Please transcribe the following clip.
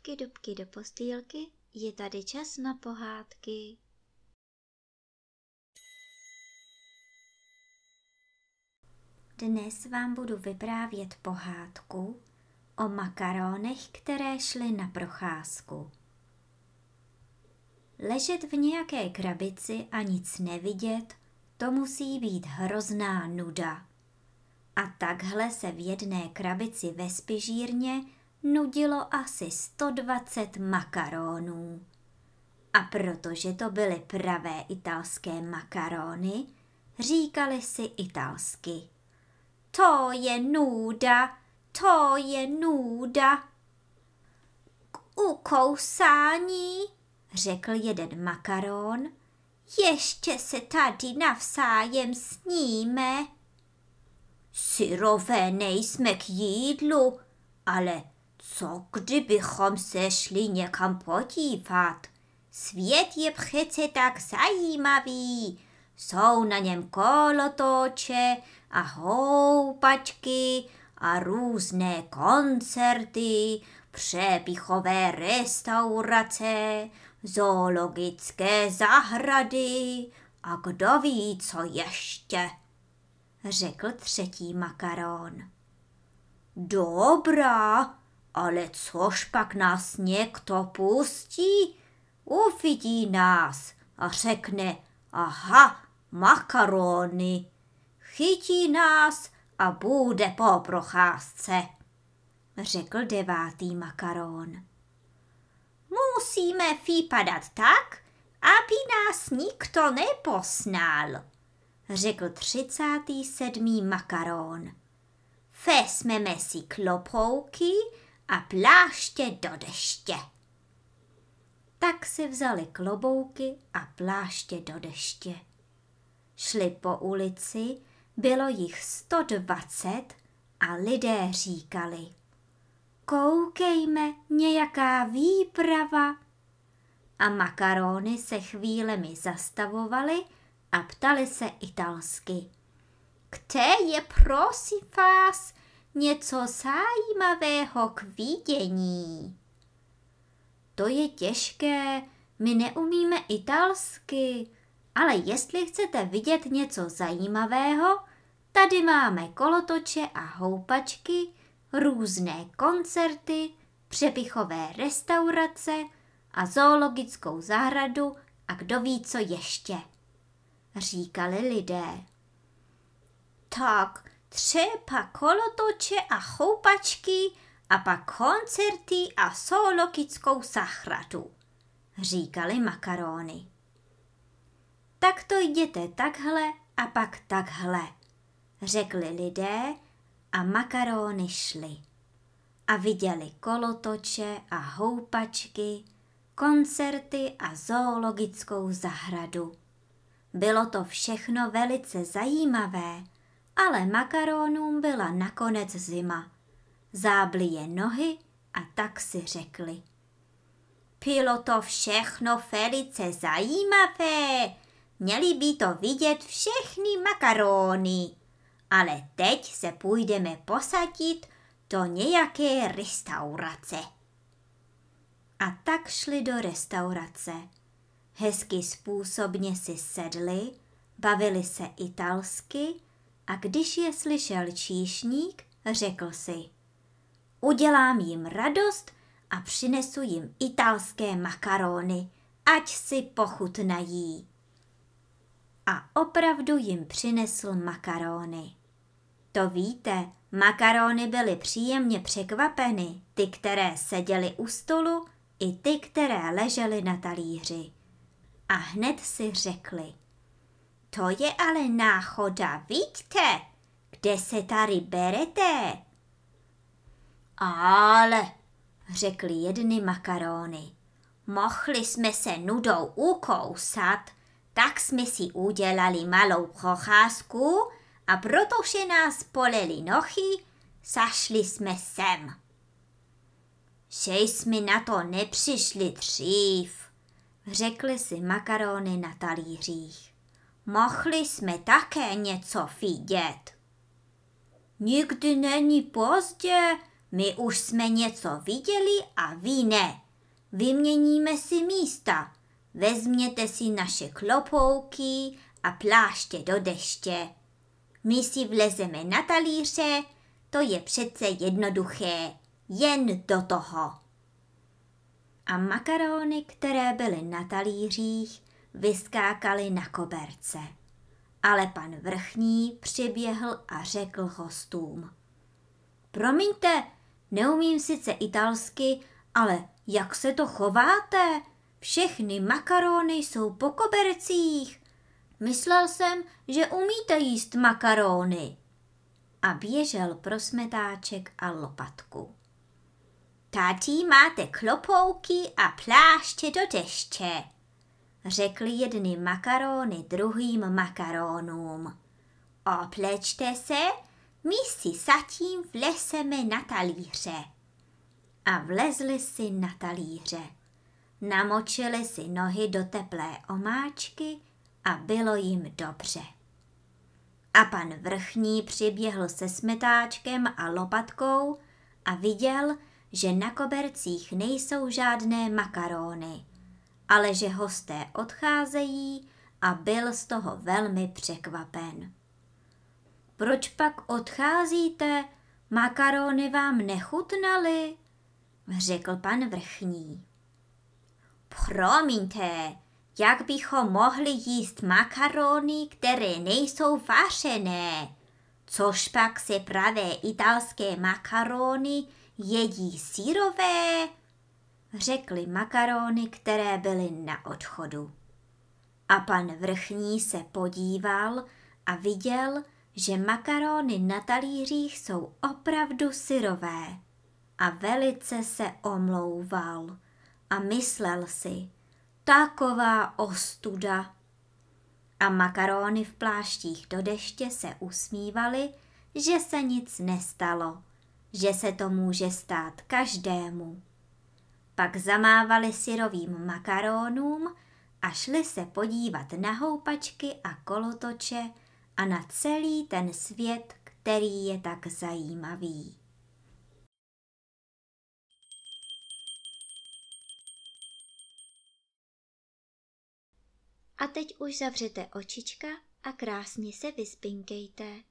Dubky, dubky do postýlky, je tady čas na pohádky. Dnes vám budu vyprávět pohádku o makaronech, které šly na procházku. Ležet v nějaké krabici a nic nevidět, to musí být hrozná nuda. A takhle se v jedné krabici ve spižírně nudilo asi 120 makaronů. A protože to byly pravé italské makarony, říkali si italsky: To je nuda, to je nuda. K ukousání, řekl jeden makaron, ještě se tady navzájem sníme. Syrové nejsme k jídlu, ale co kdybychom se šli někam podívat? Svět je přece tak zajímavý. Jsou na něm kolotoče a houpačky a různé koncerty, přepichové restaurace, zoologické zahrady a kdo ví, co ještě, řekl třetí makaron. Dobrá, ale což pak nás někdo pustí? Uvidí nás a řekne: aha, makarony. Chytí nás a bude po procházce, řekl devátý makaron. Musíme vypadat tak, aby nás nikdo nepoznal, řekl 37. makaron. Vezmeme si klobouky a pláště do deště. Tak si vzali klobouky a pláště do deště. Šli po ulici, bylo jich 120 a lidé říkali: Koukejme, nějaká výprava. A makarony se chvílemi zastavovaly a ptali se italsky: Kde je prosím vás něco zajímavého k vidění? To je těžké, my neumíme italsky, ale jestli chcete vidět něco zajímavého, tady máme kolotoče a houpačky, různé koncerty, přepichové restaurace a zoologickou zahradu a kdo ví, co ještě, říkali lidé. Tak třeba kolotoče a houpačky a pak koncerty a zoologickou zahradu, říkali makarony. Tak to jděte takhle a pak takhle, řekli lidé a makarony šli. A viděli kolotoče a houpačky, koncerty a zoologickou zahradu. Bylo to všechno velice zajímavé, ale makaronům byla nakonec zima. Zábly je nohy a tak si řekli: Bylo to všechno velice zajímavé, měli by to vidět všechny makarony, ale teď se půjdeme posadit do nějaké restaurace. A tak šli do restaurace. Hezky způsobně si sedli, bavili se italsky a když je slyšel číšník, řekl si: Udělám jim radost a přinesu jim italské makarony, ať si pochutnají. A opravdu jim přinesl makarony. To víte, makarony byly příjemně překvapeny, ty, které seděly u stolu, i ty, které ležely na talíři. A hned si řekli: To je ale náhoda, vidíte, kde se tady berete? Ale, řekli jedny makarony, mohli jsme se nudou ukousat, tak jsme si udělali malou procházku a protože nás bolely nohy, zašli jsme sem. Že jsme na to nepřišli dřív, řekli si makarony na talířích. Mohli jsme také něco vidět. Nikdy není pozdě, My už jsme něco viděli a vy ne. Vyměníme si místa. Vezměte si naše klobouky a pláště do deště. My si vlezeme na talíře, to je přece jednoduché, jen do toho. A makarony, které byly na talířích, vyskákaly na koberce. Ale pan vrchní přiběhl a řekl hostům. Promiňte, neumím sice italsky, ale jak se to chováte? Všechny makarony jsou po kobercích. Myslel jsem, že umíte jíst makarony. A běžel pro smetáček a lopatku. Tati, máte klobouky a pláště do deště, řekli jedny makarony druhým makaronům. Oblečte se, my si zatím vlezeme na talíře. A vlezli si na talíře. Namočili si nohy do teplé omáčky a bylo jim dobře. A pan vrchní přiběhl se smetáčkem a lopatkou a viděl, že na kobercích nejsou žádné makarony, ale že hosté odcházejí a byl z toho velmi překvapen. Proč pak odcházíte? Makarony vám nechutnaly? Řekl pan vrchní. Promiňte, jak bychom mohli jíst makarony, které nejsou vařené? Což pak se pravé italské makarony jedí syrové? Řekli makarony, které byly na odchodu. A pan vrchní se podíval a viděl, že makarony na talířích jsou opravdu syrové. A velice se omlouval a myslel si, taková ostuda. A makarony v pláštích do deště se usmívaly, že se nic nestalo, že se to může stát každému. Pak zamávali syrovým makaronům a šli se podívat na houpačky a kolotoče a na celý ten svět, který je tak zajímavý. A teď už zavřete očička a krásně se vyspinkejte.